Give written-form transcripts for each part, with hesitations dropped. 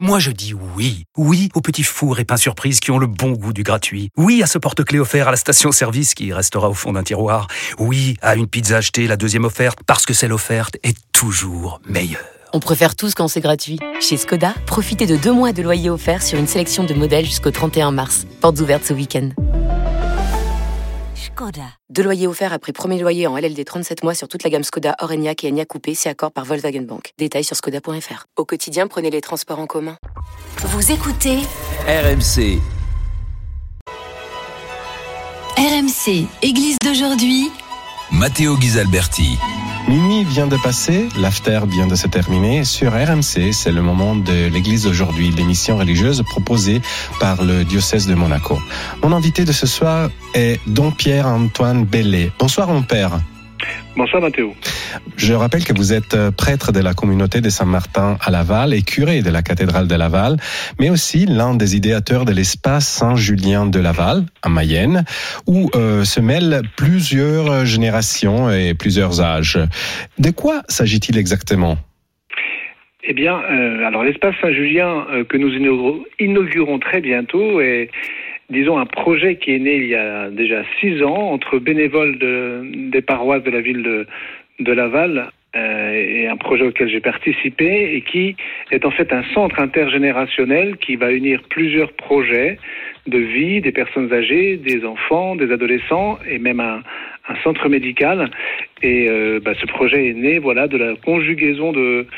Moi je dis oui. Oui aux petits fours et pains surprises qui ont le bon goût du gratuit. Oui à ce porte-clés offert à la station-service qui restera au fond d'un tiroir. Oui à une pizza achetée, la deuxième offerte, parce que celle offerte est toujours meilleure. On préfère tous quand c'est gratuit. Chez Skoda, profitez de 2 mois de loyer offert sur une sélection de modèles jusqu'au 31 mars. Portes ouvertes ce week-end. Skoda. 2 loyers offerts après premier loyer en LLD 37 mois sur toute la gamme Skoda, Orenia et Enyaq Coupé, c'est accord par Volkswagen Bank. Détails sur skoda.fr. Au quotidien, prenez les transports en commun. Vous écoutez RMC. RMC, Église d'aujourd'hui. Matteo Ghisalberti. Minuit vient de passer, l'after vient de se terminer. Sur RMC, c'est le moment de l'Église d'aujourd'hui, l'émission religieuse proposée par le diocèse de Monaco. Mon invité de ce soir est Don Pierre-Antoine Bellet. Bonsoir mon père. Bonsoir Mathéo. Je rappelle que vous êtes prêtre de la communauté de Saint-Martin à Laval et curé de la cathédrale de Laval, mais aussi l'un des idéateurs de l'espace Saint-Julien de Laval, à Mayenne, où se mêlent plusieurs générations et plusieurs âges. De quoi s'agit-il exactement ? Eh bien, alors l'espace Saint-Julien que nous inaugurons très bientôt est, disons, un projet qui est né il y a déjà 6 ans entre bénévoles des paroisses de la ville de Laval et un projet auquel j'ai participé et qui est en fait un centre intergénérationnel qui va unir plusieurs projets de vie des personnes âgées, des enfants, des adolescents et même un centre médical. Et ce projet est né de la conjugaison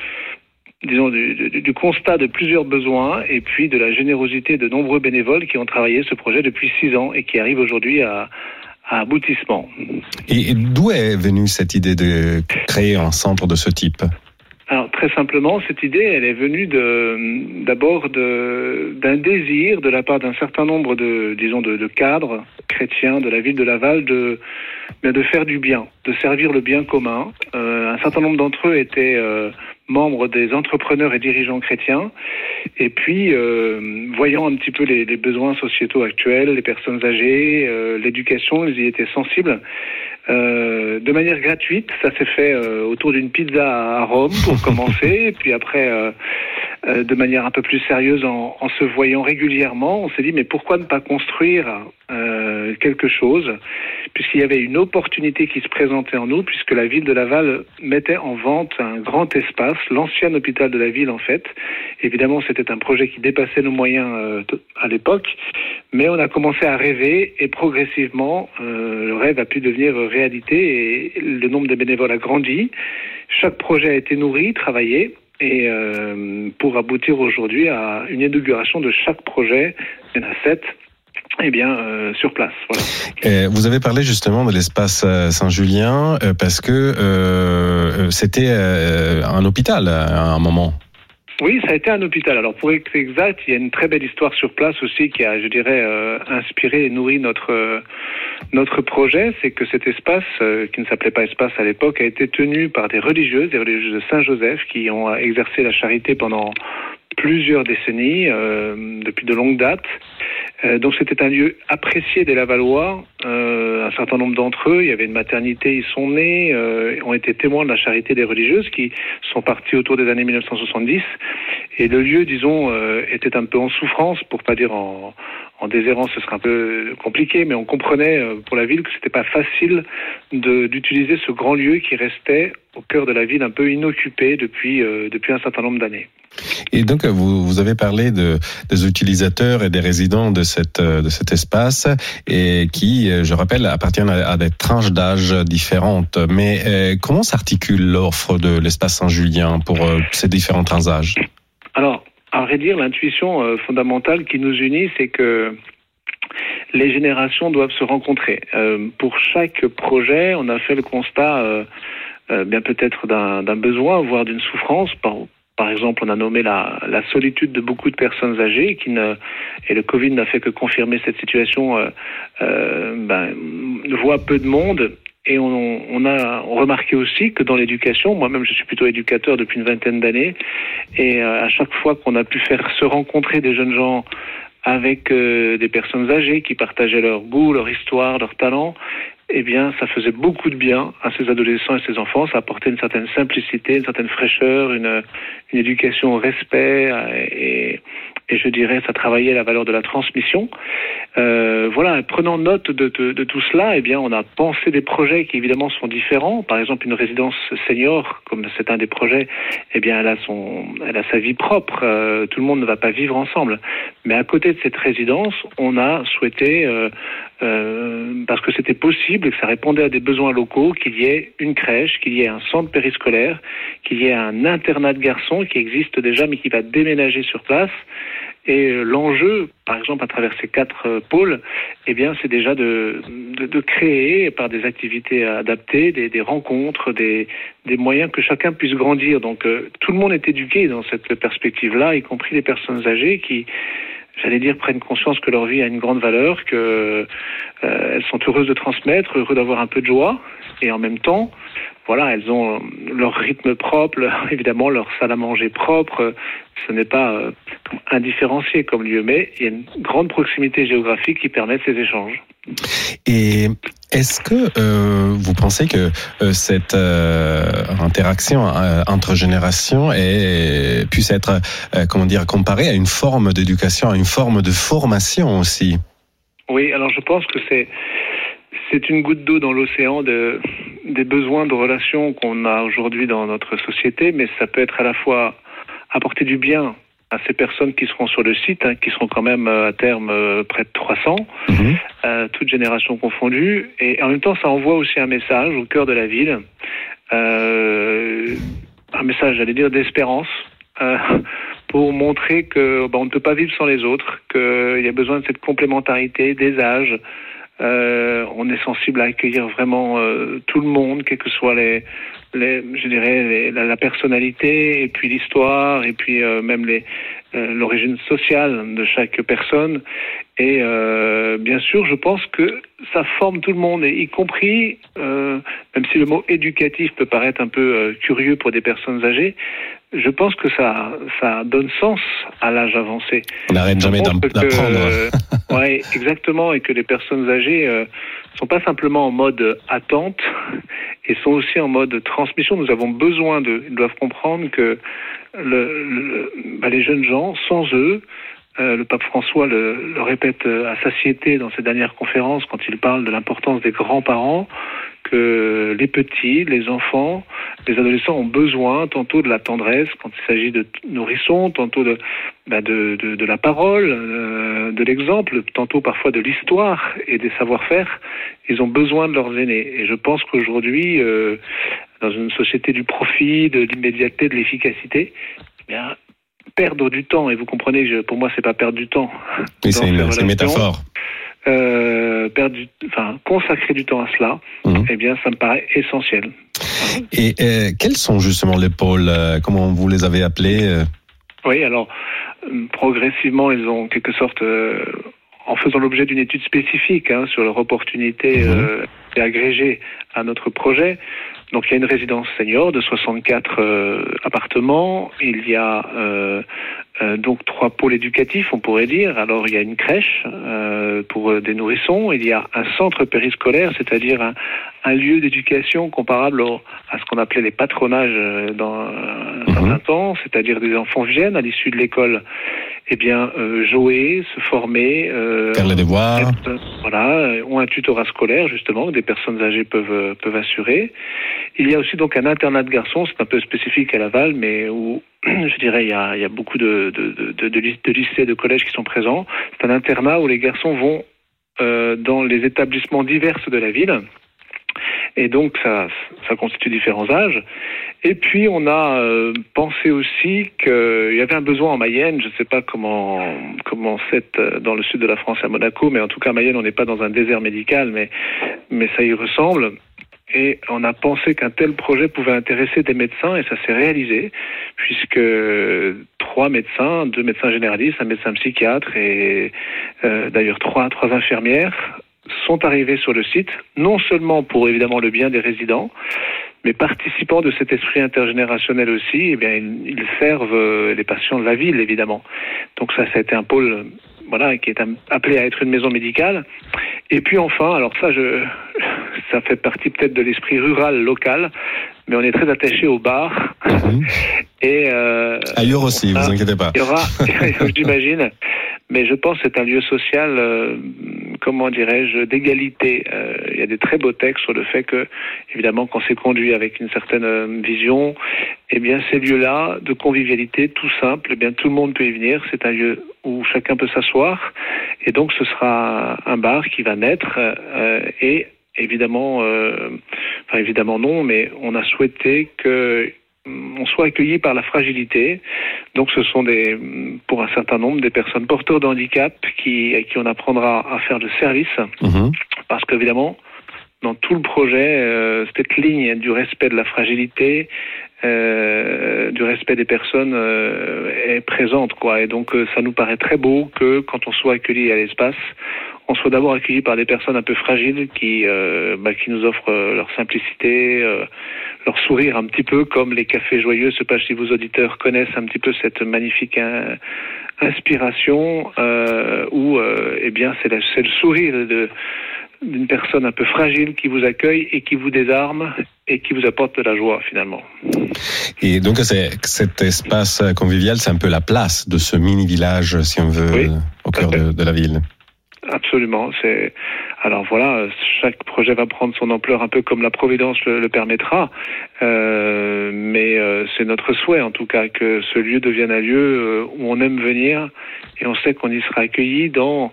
du constat de plusieurs besoins et puis de la générosité de nombreux bénévoles qui ont travaillé ce projet depuis 6 ans et qui arrivent aujourd'hui à aboutissement. Et d'où est venue cette idée de créer un centre de ce type ? Alors très simplement, cette idée, elle est venue d'abord d'un désir de la part d'un certain nombre de cadres chrétiens de la ville de Laval de faire du bien, de servir le bien commun. Un certain nombre d'entre eux étaient membres des entrepreneurs et dirigeants chrétiens. Et puis, voyant un petit peu les besoins sociétaux actuels, les personnes âgées, l'éducation, ils y étaient sensibles. De manière gratuite, ça s'est fait autour d'une pizza à Rome pour commencer, et puis après, de manière un peu plus sérieuse, en se voyant régulièrement, on s'est dit mais pourquoi ne pas construire quelque chose, puisqu'il y avait une opportunité qui se présentait en nous, puisque la ville de Laval mettait en vente un grand espace, l'ancien hôpital de la ville en fait. Évidemment, c'était un projet qui dépassait nos moyens à l'époque, mais on a commencé à rêver et progressivement, le rêve a pu devenir réalité et le nombre de bénévoles a grandi. Chaque projet a été nourri, travaillé, et pour aboutir aujourd'hui à une inauguration de chaque projet, il y en a 7, sur place. Voilà. Vous avez parlé justement de l'espace Saint-Julien parce que c'était un hôpital à un moment. Oui, ça a été un hôpital. Alors pour être exact, il y a une très belle histoire sur place aussi qui a, je dirais, inspiré et nourri notre projet. C'est que cet espace, qui ne s'appelait pas espace à l'époque, a été tenu par des religieuses de Saint-Joseph qui ont exercé la charité pendant plusieurs décennies, depuis de longues dates. Donc c'était un lieu apprécié des Lavallois. Un certain nombre d'entre eux, il y avait une maternité, ils sont nés, ont été témoins de la charité des religieuses qui sont partis autour des années 1970. Et le lieu, disons, était un peu en souffrance, pour pas dire en déshérence, ce serait un peu compliqué, mais on comprenait pour la ville que c'était pas facile d'utiliser ce grand lieu qui restait au cœur de la ville un peu inoccupé depuis un certain nombre d'années. Et donc, vous avez parlé des utilisateurs et des résidents de cet espace et qui, je rappelle, appartiennent à des tranches d'âge différentes. Mais comment s'articule l'offre de l'espace Saint-Julien pour ces différents tranches d'âge ? Alors, à vrai dire, l'intuition fondamentale qui nous unit, c'est que les générations doivent se rencontrer. Pour chaque projet, on a fait le constat, bien peut-être d'un besoin, voire d'une souffrance. Par exemple, on a nommé la solitude de beaucoup de personnes âgées et le Covid n'a fait que confirmer cette situation, voit peu de monde. Et on a remarqué aussi que dans l'éducation, moi-même je suis plutôt éducateur depuis une 20aine d'années, et à chaque fois qu'on a pu faire se rencontrer des jeunes gens avec des personnes âgées qui partageaient leur goût, leur histoire, leur talent, eh bien, ça faisait beaucoup de bien à ces adolescents et ces enfants. Ça apportait une certaine simplicité, une certaine fraîcheur, une éducation au respect et je dirais, ça travaillait la valeur de la transmission. Voilà, prenant note de tout cela, eh bien, on a pensé des projets qui évidemment sont différents. Par exemple, une résidence senior, comme c'est un des projets, eh bien, elle a sa vie propre. Tout le monde ne va pas vivre ensemble. Mais à côté de cette résidence, on a souhaité, parce que c'était possible et que ça répondait à des besoins locaux, qu'il y ait une crèche, qu'il y ait un centre périscolaire, qu'il y ait un internat de garçons qui existe déjà, mais qui va déménager sur place. Et l'enjeu, par exemple, à travers ces 4 pôles, eh bien, c'est déjà de créer, par des activités adaptées, des rencontres, des moyens que chacun puisse grandir. Donc, tout le monde est éduqué dans cette perspective-là, y compris les personnes âgées qui, j'allais dire, prennent conscience que leur vie a une grande valeur, que elles sont heureuses de transmettre, heureuses d'avoir un peu de joie, et en même temps, voilà, elles ont leur rythme propre, évidemment leur salle à manger propre. Ce n'est pas indifférencié comme lieu, mais il y a une grande proximité géographique qui permet ces échanges. Et est-ce que vous pensez que cette interaction entre générations puisse être, comparée à une forme d'éducation, à une forme de formation aussi? Oui, alors je pense que c'est une goutte d'eau dans l'océan des besoins de relations qu'on a aujourd'hui dans notre société, mais ça peut être à la fois apporter du bien à ces personnes qui seront sur le site, qui seront quand même à terme près de 300, toutes générations confondues, et en même temps ça envoie aussi un message au cœur de la ville, un message, j'allais dire, d'espérance, pour montrer que on ne peut pas vivre sans les autres, qu'il y a besoin de cette complémentarité des âges. On est sensible à accueillir vraiment tout le monde, quel que soit la personnalité, et puis l'histoire, et puis même l'origine sociale de chaque personne. Et bien sûr, je pense que ça forme tout le monde, et y compris, même si le mot éducatif peut paraître un peu curieux pour des personnes âgées, je pense que ça donne sens à l'âge avancé. On n'arrête jamais d'apprendre. Oui, exactement, et que les personnes âgées sont pas simplement en mode attente, et sont aussi en mode transmission. Nous avons besoin ils doivent comprendre que les jeunes gens, sans eux, le pape François le répète à satiété dans ses dernières conférences quand il parle de l'importance des grands-parents, que les petits, les enfants, les adolescents ont besoin tantôt de la tendresse quand il s'agit de nourrissons, tantôt de la parole, de l'exemple, tantôt parfois de l'histoire et des savoir-faire. Ils ont besoin de leurs aînés. Et je pense qu'aujourd'hui, dans une société du profit, de l'immédiateté, de l'efficacité, eh bien, perdre du temps, et vous comprenez que pour moi c'est pas perdre du temps. Oui, c'est une métaphore. Consacrer du temps à cela, eh bien, ça me paraît essentiel. Et quels sont justement les pôles, comment vous les avez appelés? Oui, alors, progressivement, ils ont en quelque sorte, en faisant l'objet d'une étude spécifique sur leur opportunité agrégée à notre projet. Donc il y a une résidence senior de 64 appartements, il y a donc 3 pôles éducatifs, on pourrait dire. Alors il y a une crèche pour des nourrissons, il y a un centre périscolaire, c'est-à-dire un lieu d'éducation comparable à ce qu'on appelait les patronages dans un certain temps, c'est-à-dire des enfants viennent à l'issue de l'école, eh bien jouer, se former, faire les devoirs, ont un tutorat scolaire justement que des personnes âgées peuvent assurer. Il y a aussi donc un internat de garçons, c'est un peu spécifique à Laval, mais où je dirais il y a beaucoup de lycées, de collèges qui sont présents. C'est un internat où les garçons vont dans les établissements divers de la ville. Et donc ça constitue différents âges. Et puis on a pensé aussi qu'il y avait un besoin en Mayenne. Je ne sais pas comment c'est dans le sud de la France à Monaco, mais en tout cas à Mayenne on n'est pas dans un désert médical, mais ça y ressemble. Et on a pensé qu'un tel projet pouvait intéresser des médecins, et ça s'est réalisé, puisque 3 médecins, 2 médecins généralistes, un médecin psychiatre et d'ailleurs 3 infirmières sont arrivés sur le site, non seulement pour évidemment le bien des résidents, mais participant de cet esprit intergénérationnel aussi, eh bien ils servent les patients de la ville évidemment. Donc ça a été un pôle qui est appelée à être une maison médicale. Et puis enfin, alors ça fait partie peut-être de l'esprit rural local, mais on est très attaché au bar. Et ailleurs aussi, vous inquiétez pas. Il y aura, j'imagine, mais je pense que c'est un lieu social, d'égalité. Il y a des très beaux textes sur le fait que, évidemment, quand c'est conduit avec une certaine vision, eh bien, ces lieux-là de convivialité, tout simple, eh bien, tout le monde peut y venir. C'est un lieu où chacun peut s'asseoir, et donc ce sera un bar qui va naître et évidemment, évidemment non, mais on a souhaité que on soit accueillis par la fragilité. Donc ce sont pour un certain nombre, des personnes porteurs de handicap à qui on apprendra à faire le service. Parce qu'évidemment, dans tout le projet, cette ligne du respect de la fragilité, du respect des personnes est présente, quoi. Et donc ça nous paraît très beau que quand on soit accueilli à l'espace, on soit d'abord accueilli par des personnes un peu fragiles qui nous offrent leur simplicité, leur sourire un petit peu comme les cafés joyeux. Je sais pas si vos auditeurs connaissent un petit peu cette magnifique inspiration où c'est le sourire d'une personne un peu fragile qui vous accueille et qui vous désarme et qui vous apporte de la joie finalement. Et donc cet espace convivial, c'est un peu la place de ce mini-village, si on veut, au cœur de la ville. Absolument. Alors voilà, chaque projet va prendre son ampleur un peu comme la Providence le permettra, mais c'est notre souhait en tout cas que ce lieu devienne un lieu où on aime venir et on sait qu'on y sera accueilli dans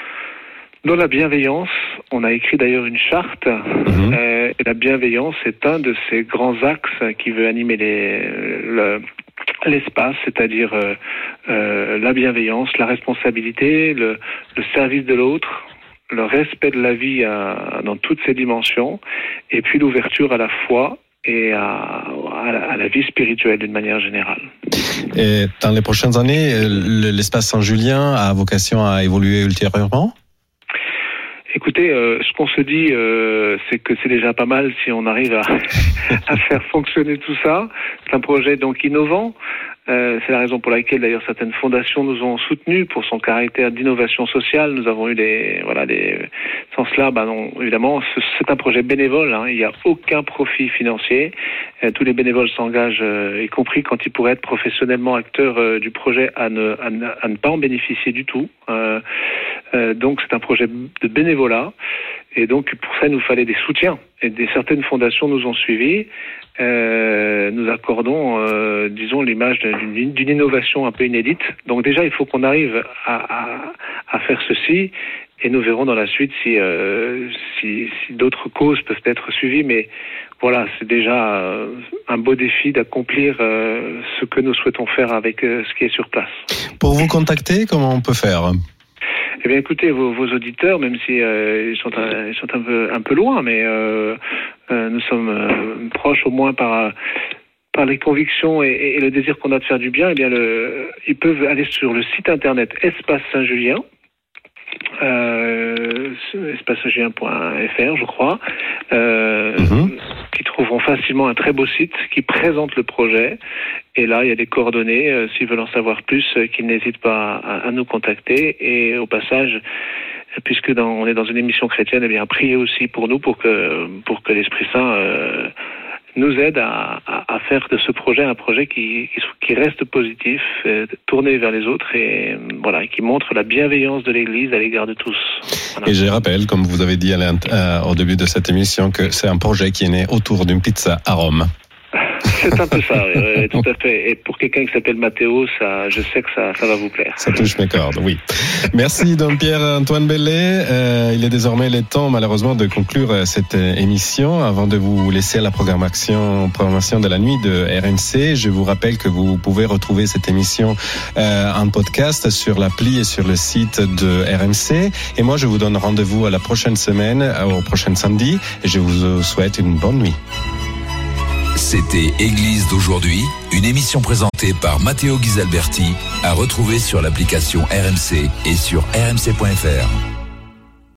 la bienveillance. On a écrit d'ailleurs une charte et la bienveillance est un de ces grands axes qui veut animer l'espace, c'est-à-dire la bienveillance, la responsabilité, le service de l'autre, le respect de la vie dans toutes ses dimensions, et puis l'ouverture à la foi et à la vie spirituelle d'une manière générale. Et dans les prochaines années, l'espace Saint-Julien a vocation à évoluer ultérieurement ? Écoutez, ce qu'on se dit, c'est que c'est déjà pas mal si on arrive à faire fonctionner tout ça. C'est un projet donc innovant. C'est la raison pour laquelle d'ailleurs certaines fondations nous ont soutenus pour son caractère d'innovation sociale. Nous avons eu sans cela, évidemment, c'est un projet bénévole. Il n'y a aucun profit financier. Tous les bénévoles s'engagent, y compris quand ils pourraient être professionnellement acteurs du projet, à ne pas en bénéficier du tout. Donc c'est un projet de bénévolat. Et donc pour ça, il nous fallait des soutiens. Et certaines fondations nous ont suivis. Nous accordons, l'image d'une innovation un peu inédite. Donc déjà, il faut qu'on arrive à faire ceci, et nous verrons dans la suite si d'autres causes peuvent être suivies. Mais voilà, c'est déjà un beau défi d'accomplir ce que nous souhaitons faire avec ce qui est sur place. Pour vous contacter, comment on peut faire ? Eh bien, écoutez, vos auditeurs, même si ils sont un peu loin, mais nous sommes proches au moins par les convictions et le désir qu'on a de faire du bien. Eh bien, ils peuvent aller sur le site internet Espace Saint-Julien, espacesaintjulien.fr, je crois, qui trouveront facilement un très beau site qui présente le projet. Et là, il y a des coordonnées. S'ils veulent en savoir plus, qu'ils n'hésitent pas à nous contacter. Et au passage, puisque on est dans une émission chrétienne, eh bien, priez aussi pour nous, pour que l'Esprit Saint nous aide à faire de ce projet un projet qui reste positif, tourné vers les autres et qui montre la bienveillance de l'Église à l'égard de tous. Voilà. Et je rappelle, comme vous avez dit au début de cette émission, que c'est un projet qui est né autour d'une pizza à Rome. C'est un peu ça, tout à fait. Et pour quelqu'un qui s'appelle Mathéo, je sais que ça va vous plaire. Ça touche mes cordes, oui. Merci, Don Pierre-Antoine Bellet. Il est désormais le temps, malheureusement, de conclure cette émission. Avant de vous laisser à la programmation de la nuit de RMC, je vous rappelle que vous pouvez retrouver cette émission en podcast sur l'appli et sur le site de RMC. Et moi, je vous donne rendez-vous à la prochaine semaine, au prochain samedi. Et je vous souhaite une bonne nuit. C'était Église d'aujourd'hui, une émission présentée par Matteo Ghisalberti, à retrouver sur l'application RMC et sur rmc.fr.